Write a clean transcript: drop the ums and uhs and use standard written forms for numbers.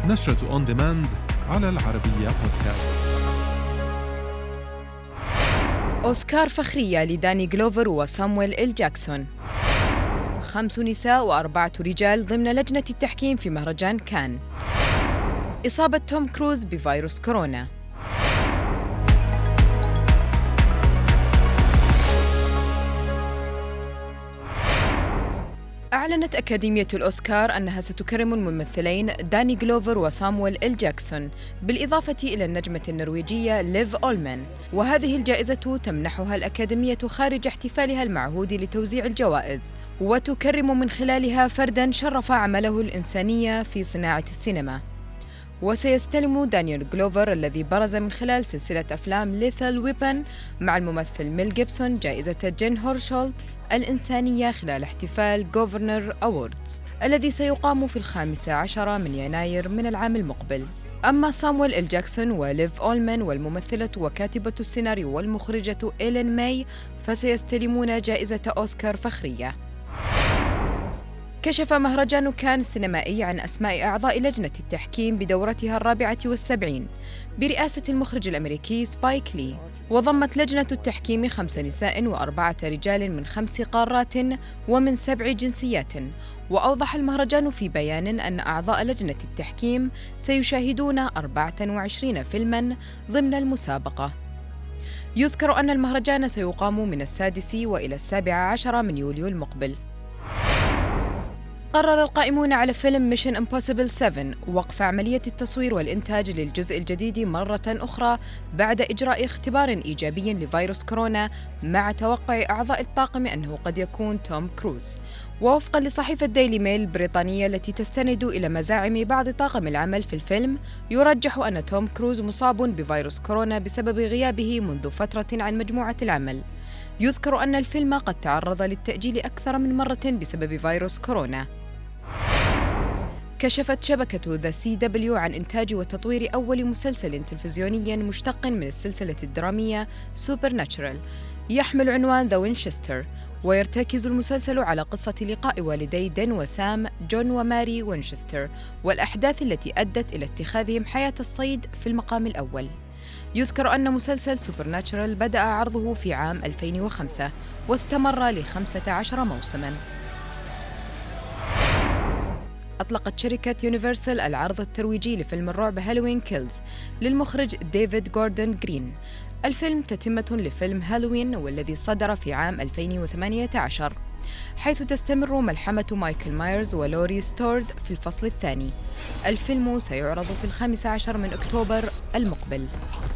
نشرة أون ديماند على العربية بودكاست. أوسكار فخرية لداني غلوفر وصامويل إل جاكسون. 5 نساء و4 رجال ضمن لجنة التحكيم في مهرجان كان. إصابة توم كروز بفيروس كورونا. أعلنت أكاديمية الأوسكار أنها ستكرم الممثلين داني غلوفر وصامويل إل جاكسون، بالإضافة إلى النجمة النرويجية ليف أولمان، وهذه الجائزة تمنحها الأكاديمية خارج احتفالها المعهود لتوزيع الجوائز، وتكرم من خلالها فرداً شرف عمله الإنسانية في صناعة السينما. وسيستلم دانيال غلوفر الذي برز من خلال سلسلة أفلام ليثال ويبن مع الممثل ميل جيبسون جائزة جين هورشولت الإنسانية خلال احتفال غوفرنر أووردز الذي سيقام في 15 من يناير من العام المقبل. أما صامويل إل جاكسون وليف أولمان والممثلة وكاتبة السيناريو والمخرجة إيلين ماي فسيستلمون جائزة أوسكار فخرية. كشف مهرجان كان السينمائي عن أسماء أعضاء لجنة التحكيم بدورتها 74 برئاسة المخرج الأمريكي سبايك لي، وضمت لجنة التحكيم 5 نساء و4 رجال من 5 قارات ومن 7 جنسيات. وأوضح المهرجان في بيان أن أعضاء لجنة التحكيم سيشاهدون 24 فيلماً ضمن المسابقة. يذكر أن المهرجان سيقام من 6 وإلى 17 من يوليو المقبل. قرر القائمون على فيلم Mission Impossible 7 وقف عملية التصوير والإنتاج للجزء الجديد مرة أخرى بعد إجراء اختبار إيجابي لفيروس كورونا، مع توقع أعضاء الطاقم أنه قد يكون توم كروز. ووفقاً لصحيفة ديلي ميل البريطانية التي تستند إلى مزاعم بعض طاقم العمل في الفيلم، يرجح أن توم كروز مصاب بفيروس كورونا بسبب غيابه منذ فترة عن مجموعة العمل. يذكر أن الفيلم قد تعرض للتأجيل أكثر من مرة بسبب فيروس كورونا. كشفت شبكة The CW عن إنتاج وتطوير أول مسلسل تلفزيوني مشتق من السلسلة الدرامية Supernatural يحمل عنوان The Winchester، ويرتكز المسلسل على قصة لقاء والدي دين وسام، جون وماري وينشستر، والأحداث التي أدت إلى اتخاذهم حياة الصيد في المقام الأول. يذكر أن مسلسل Supernatural بدأ عرضه في عام 2005 واستمر ل15 موسماً. أطلقت شركة يونيفرسال العرض الترويجي لفيلم الرعب هالوين كيلز للمخرج ديفيد غوردون جرين. الفيلم تتمة لفيلم هالوين والذي صدر في عام 2018، حيث تستمر ملحمة مايكل مايرز ولوري ستورد في الفصل الثاني. الفيلم سيعرض في 15 من أكتوبر المقبل.